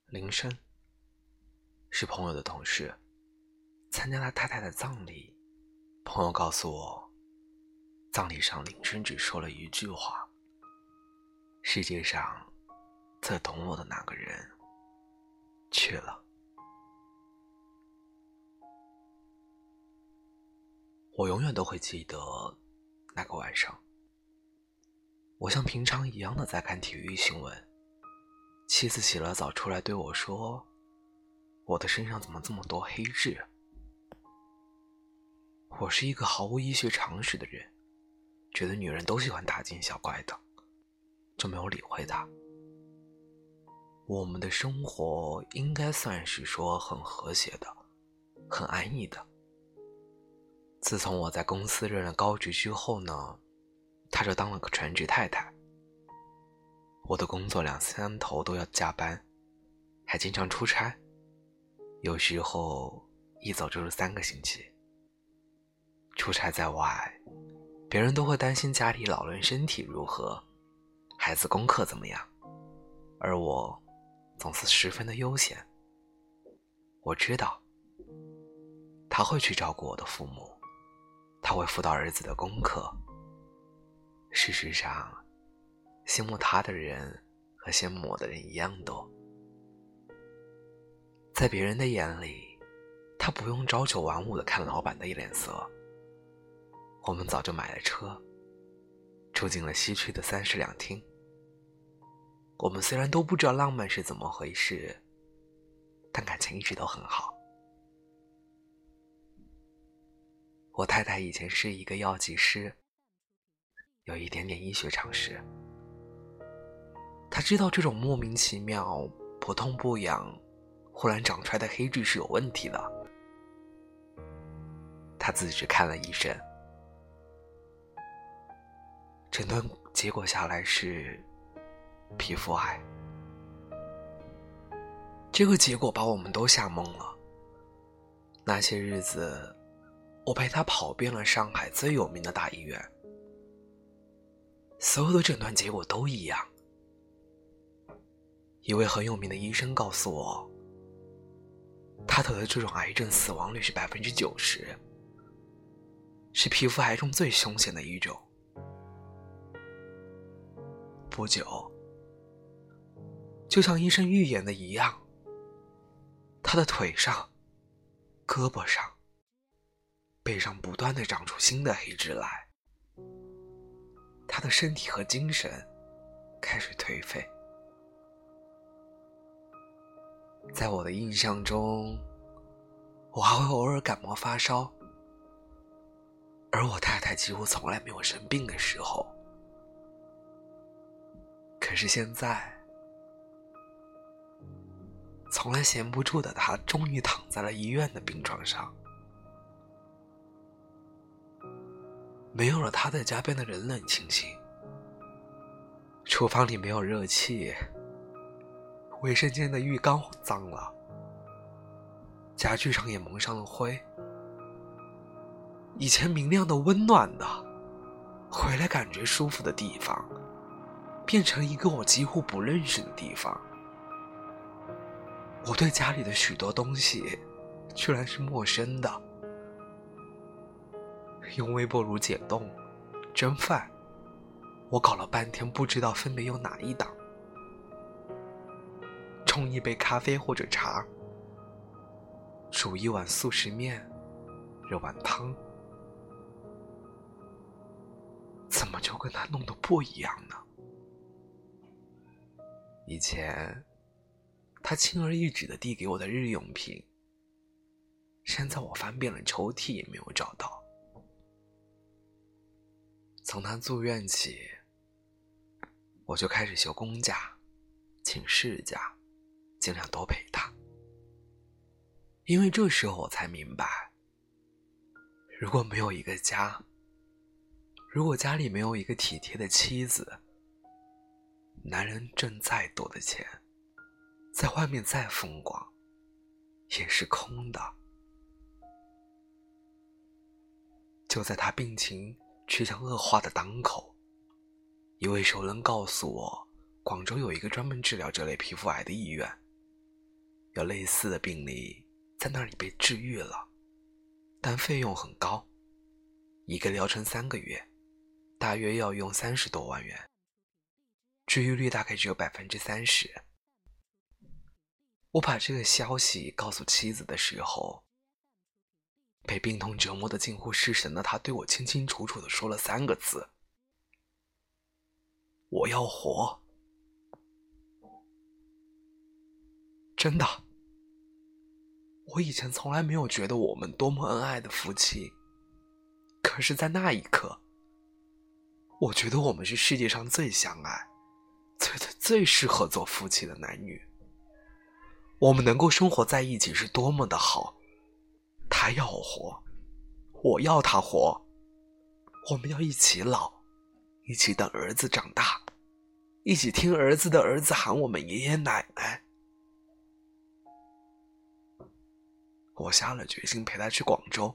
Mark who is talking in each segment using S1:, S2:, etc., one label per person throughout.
S1: 林生是朋友的同事，参加他太太的葬礼。朋友告诉我，葬礼上林生只说了一句话：世界上最懂我的那个人去了。我永远都会记得那个晚上，我像平常一样的在看体育新闻，妻子洗了澡出来对我说，我的身上怎么这么多黑痣？我是一个毫无医学常识的人，觉得女人都喜欢大惊小怪的，就没有理会她。我们的生活应该算是说很和谐的，很安逸的。自从我在公司任了高职之后呢，她就当了个全职太太。我的工作2、3头都要加班，还经常出差，有时候一走就是3个星期。出差在外，别人都会担心家里老人身体如何，孩子功课怎么样，而我总是十分的悠闲。我知道他会去照顾我的父母，他会辅导儿子的功课。事实上，羡慕他的人和羡慕我的人一样多。在别人的眼里，他不用朝九晚五的看老板的脸色。我们早就买了车，住进了西区的30两厅。我们虽然都不知道浪漫是怎么回事，但感情一直都很好。我太太以前是一个药剂师，有一点点医学常识。她知道这种莫名其妙、不痛不痒、忽然长出来的黑痣是有问题的。她自己去看了医生，诊断结果下来是皮肤癌。这个结果把我们都吓懵了。那些日子，我陪他跑遍了上海最有名的大医院，所有的诊断结果都一样。一位很有名的医生告诉我，他得的这种癌症死亡率是90%，是皮肤癌中最凶险的一种。不久，就像医生预言的一样，他的腿上、胳膊上、背上不断地长出新的黑痣来。他的身体和精神开始颓废。在我的印象中，我还会偶尔感冒发烧，而我太太几乎从来没有生病的时候。可是现在，从来闲不住的她终于躺在了医院的病床上。没有了她在家变得人冷清清，厨房里没有热气，卫生间的浴缸脏了，家具上也蒙上了灰。以前明亮的温暖的，回来感觉舒服的地方，变成一个我几乎不认识的地方。我对家里的许多东西居然是陌生的。用微波炉解冻、蒸饭，我搞了半天不知道分别有哪一档。冲一杯咖啡或者茶，煮一碗速食面、热碗汤，怎么就跟他弄得不一样呢？以前他轻而易举地递给我的日用品，现在我翻遍了抽屉也没有找到。从他住院起，我就开始休公假、请事假，尽量多陪他。因为这时候我才明白，如果没有一个家，如果家里没有一个体贴的妻子，男人挣再多的钱，在外面再风光，也是空的。就在他病情趋向恶化的当口，一位熟人告诉我，广州有一个专门治疗这类皮肤癌的医院， 有类似的病例在那里被治愈了，但费用很高，一个疗程3个月，大约要用30多万元，治愈率大概只有30%。我把这个消息告诉妻子的时候，被病痛折磨得近乎失神的他对我清清楚楚地说了3个字：我要活。真的，我以前从来没有觉得我们多么恩爱的夫妻，可是在那一刻，我觉得我们是世界上最相爱、最适合做夫妻的男女。我们能够生活在一起是多么的好。他要我活，我要他活，我们要一起老，一起等儿子长大，一起听儿子的儿子喊我们爷爷奶奶。我下了决心陪他去广州。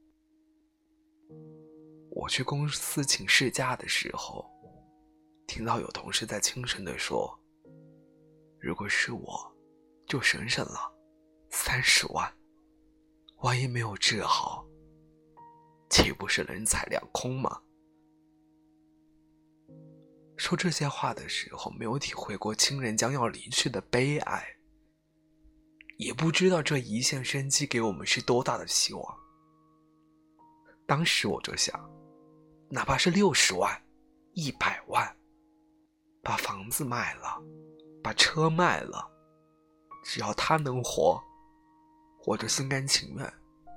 S1: 我去公司请事假的时候，听到有同事在轻声地说，如果是我就省了30万，万一没有治好，岂不是人财两空吗？说这些话的时候，没有体会过亲人将要离去的悲哀，也不知道这一线生机给我们是多大的希望。当时我就想，哪怕是60万、100万，把房子卖了，把车卖了，只要他能活，我就心甘情愿。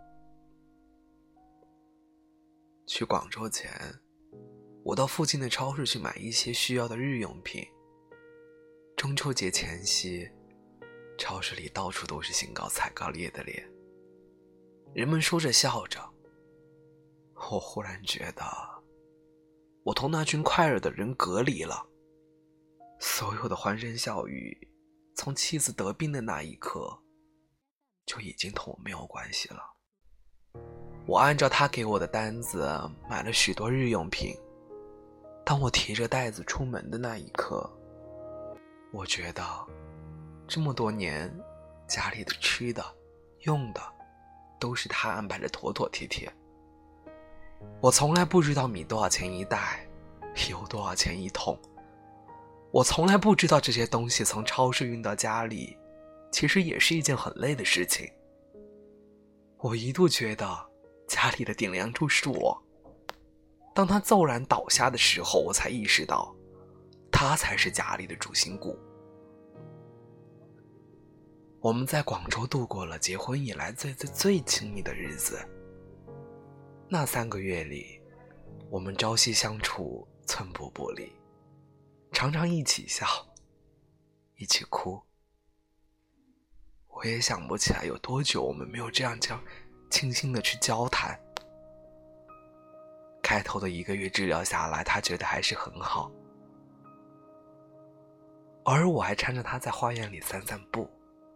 S1: 去广州前，我到附近的超市去买一些需要的日用品。中秋节前夕，超市里到处都是兴高采烈的脸，人们说着笑着。我忽然觉得，我同那群快乐的人隔离了。所有的欢声笑语，从妻子得病的那一刻，就已经同我没有关系了。我按照他给我的单子买了许多日用品。当我提着袋子出门的那一刻，我觉得这么多年家里的吃的用的都是他安排的妥妥帖帖。我从来不知道米多少钱一袋，油多少钱一桶。我从来不知道这些东西从超市运到家里其实也是一件很累的事情。我一度觉得家里的顶梁柱是我，当他骤然倒下的时候，我才意识到他才是家里的主心骨。我们在广州度过了结婚以来最亲密的日子。那3个月里，我们朝夕相处，寸步不离，常常一起笑，一起哭。我也想不起来有多久我们没有这样轻轻地去交谈。开头的1个月治疗下来，他觉得还是很好，偶尔我还搀着他在花园里散散步。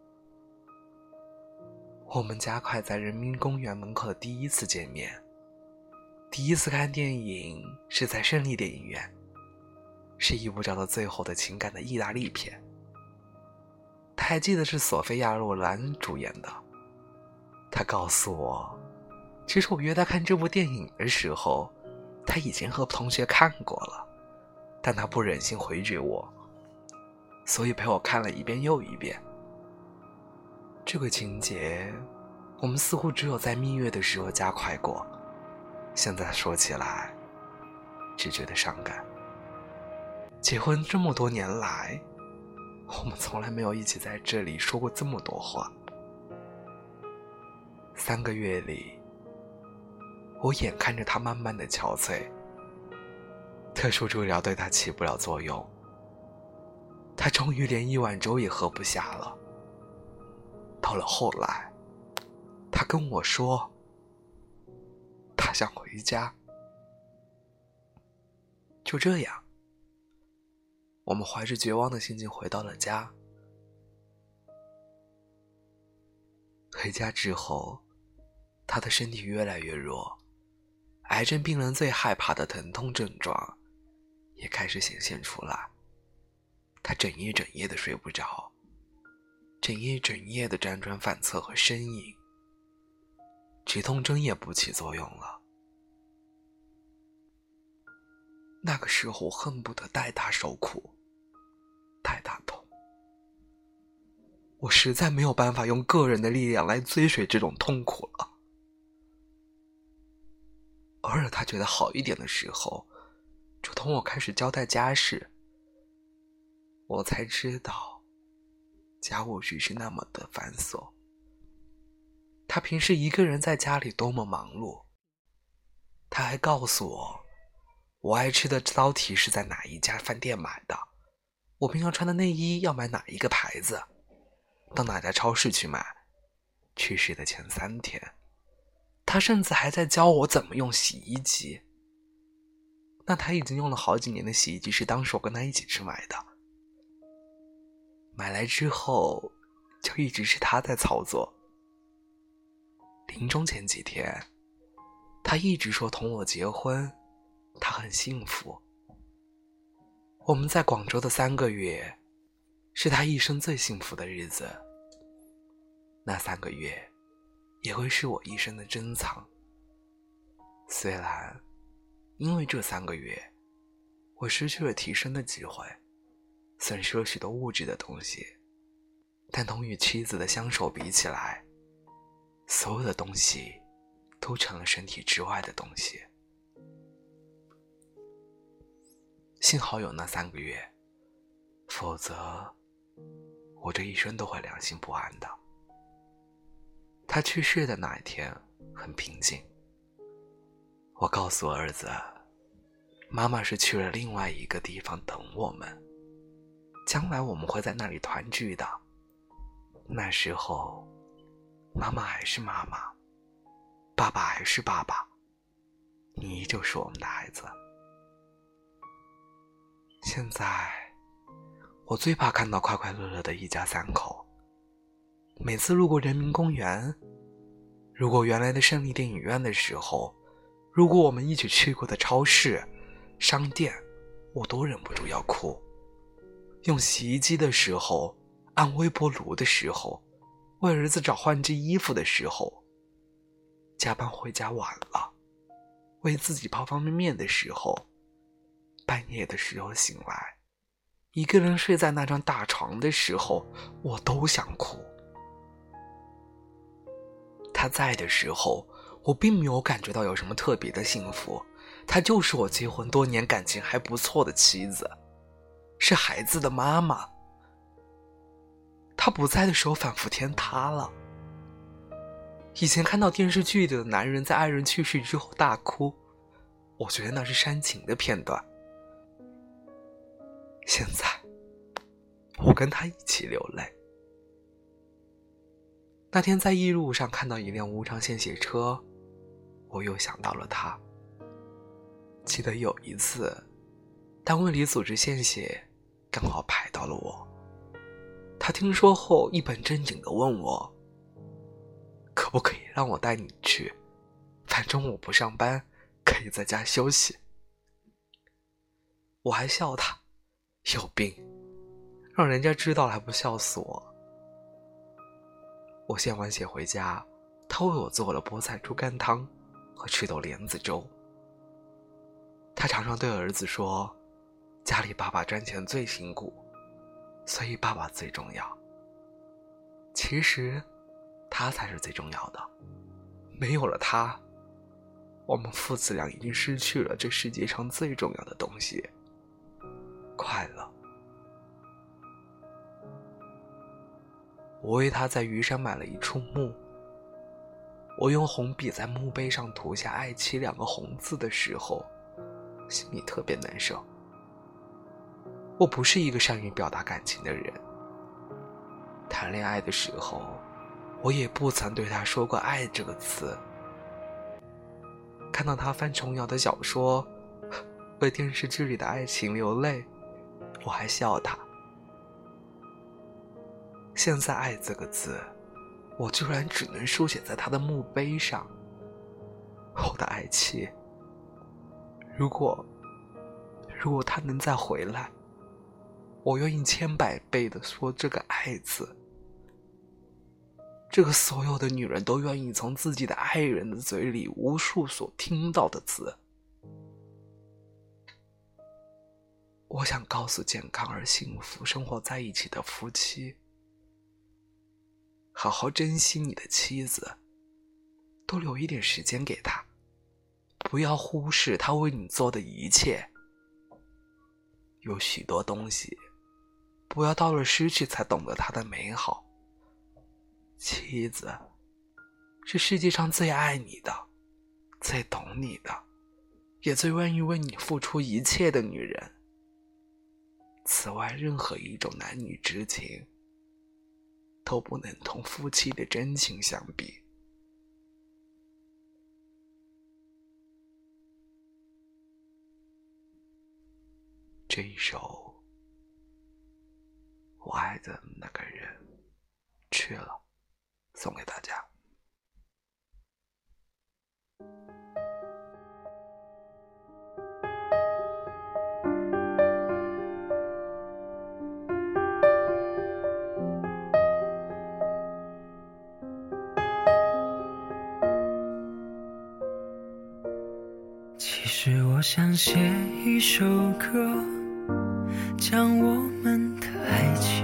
S1: 我们加快在人民公园门口的第一次见面。第一次看电影是在胜利电影院，是一部叫做《最后的情感》的意大利片。他还记得是索菲亚·洛兰主演的。他告诉我，其实我约他看这部电影的时候，他以前和同学看过了，但他不忍心回绝我，所以陪我看了一遍又一遍。这个情节，我们似乎只有在蜜月的时候加快过，现在说起来，只觉得伤感。结婚这么多年来，我们从来没有一起在这里说过这么多话。3个月里，我眼看着他慢慢的憔悴，特殊治疗对他起不了作用，他终于连1碗粥也喝不下了。到了后来，他跟我说，他想回家。就这样，我们怀着绝望的心情回到了家。回家之后，他的身体越来越弱，癌症病人最害怕的疼痛症状也开始显现出来。他整夜的睡不着， 整夜整夜的辗转反侧和呻吟，止痛针也不起作用了。那个时候我恨不得代他受苦，代他痛。我实在没有办法用个人的力量来追随这种痛苦了。偶尔他觉得好一点的时候，就同我开始交代家事，我才知道家务事是那么的繁琐。他平时一个人在家里多么忙碌。他还告诉我，我爱吃的糟蹄是在哪一家饭店买的，我平常穿的内衣要买哪一个牌子，到哪家超市去买。去世的前3天，他甚至还在教我怎么用洗衣机。那他已经用了好几年的洗衣机是当时我跟他一起去买的，买来之后就一直是他在操作。临终前几天，他一直说同我结婚，他很幸福。我们在广州的3个月，是他一生最幸福的日子。那3个月，也会是我一生的珍藏。虽然因为这3个月，我失去了提升的机会，损失了许多物质的东西，但同与妻子的相守比起来，所有的东西都成了身体之外的东西。幸好有那3个月，否则我这一生都会良心不安的。他去世的那一天很平静。我告诉我儿子，妈妈是去了另外一个地方等我们，将来我们会在那里团聚的。那时候妈妈还是妈妈，爸爸还是爸爸，你依旧是我们的孩子。现在我最怕看到快快乐乐的一家3口。每次路过人民公园，如果原来的胜利电影院的时候，如果我们一起去过的超市、商店，我都忍不住要哭。用洗衣机的时候，按微波炉的时候，为儿子找换季衣服的时候，加班回家晚了，为自己泡方便面的时候，半夜的时候醒来，一个人睡在那张大床的时候，我都想哭。他在的时候，我并没有感觉到有什么特别的幸福，她就是我结婚多年感情还不错的妻子，是孩子的妈妈。她不在的时候仿佛天塌了。以前看到电视剧里的男人在爱人去世之后大哭，我觉得那是煽情的片段。现在我跟他一起流泪。那天在一路上看到一辆无偿献血车，我又想到了他。记得有一次单位里组织献血，刚好排到了我。他听说后一本正经地问我，可不可以让我带你去，反正我不上班，可以在家休息。我还笑他有病，让人家知道了还不笑死我。我献完血回家，他为我做了菠菜猪肝汤和赤豆莲子粥。他常常对儿子说，家里爸爸赚钱最辛苦，所以爸爸最重要。其实他才是最重要的，没有了他，我们父子俩已经失去了这世界上最重要的东西——快乐。我为他在余山买了一处墓，我用红笔在墓碑上涂下爱妻2个红字的时候，心里特别难受。我不是一个善于表达感情的人，谈恋爱的时候，我也不曾对他说过爱这个词。看到他翻琼瑶的小说，为电视剧里的爱情流泪，我还笑他。现在爱这个字，我居然只能书写在他的墓碑上。我的爱妻，如果他能再回来，我愿意1000-100倍地说这个爱字， 这个所有的女人都愿意从自己的爱人的嘴里无数所听到的词。我想告诉健康而幸福生活在一起的夫妻，好好珍惜你的妻子，多留一点时间给她，不要忽视她为你做的一切。有许多东西，不要到了失去才懂得它的美好。妻子是世界上最爱你的，最懂你的，也最愿意为你付出一切的女人。此外，任何一种男女之情都不能同夫妻的真情相比。这一首我爱的那个人去了，送给大家。
S2: 其实我想写一首歌，讲我们的爱情，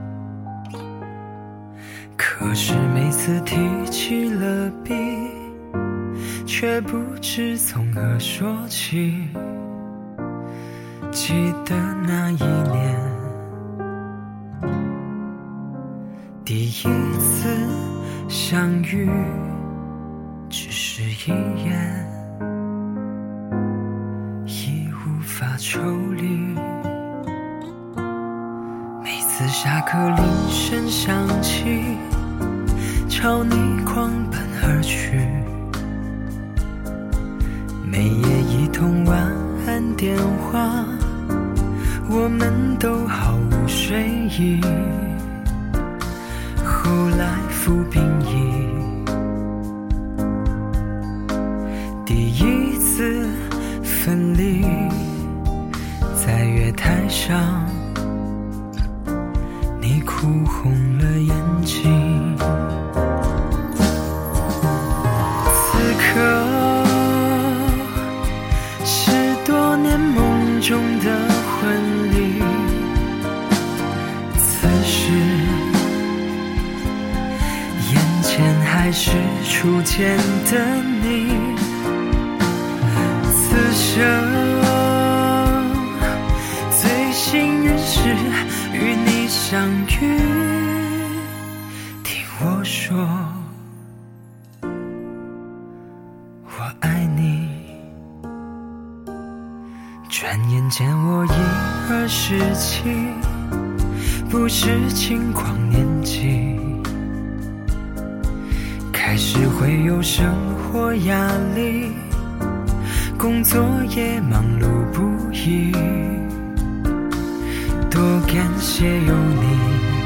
S2: 可是每次提起了笔，却不知从何说起。记得那一年，第一次相遇，只是一眼，已无法抽离。每次下课铃声响起，朝你狂奔而去，每夜一通晚安电话，我们都毫无睡意。后来服兵役，第一次分离，在月台上，你哭红了眼睛。此刻是多年梦中的婚礼，此时眼前还是初见的你。此生最幸运是与你相遇。听我说，我爱你。转眼间我已27，不是轻狂年纪，开始会有生活压力，工作也忙碌不已，多感谢有你，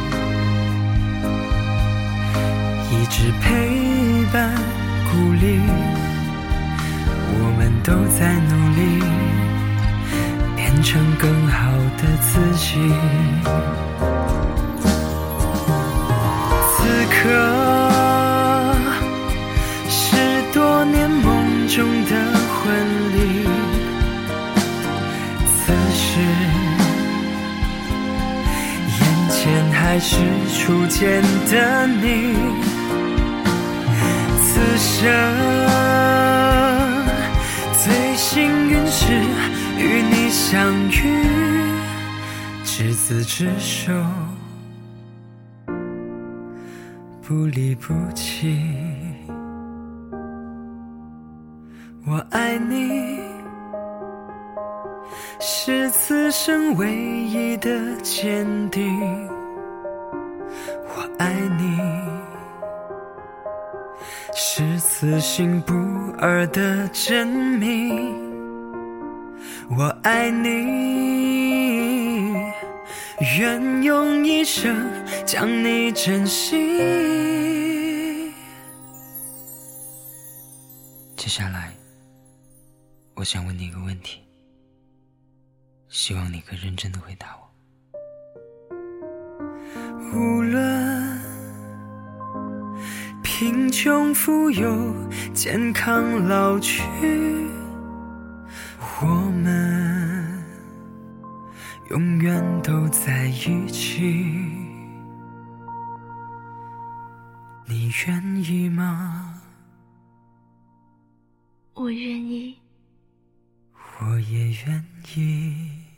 S2: 一直陪伴鼓励，我们都在努力，变成更好的自己。此刻是多年梦中的婚礼，此时眼前还是初见的你。此生最幸运是与你相遇，执子之手，不离不弃。我爱你，是此生唯一的坚定。我爱你，是此心不二的证明。我爱你，愿用一生将你珍惜。接下来我想问你一个问题，希望你可认真的回答我。无论贫穷富有，健康老去，我们永远都在一起。你愿意吗？
S3: 我愿意。
S2: 我也愿意。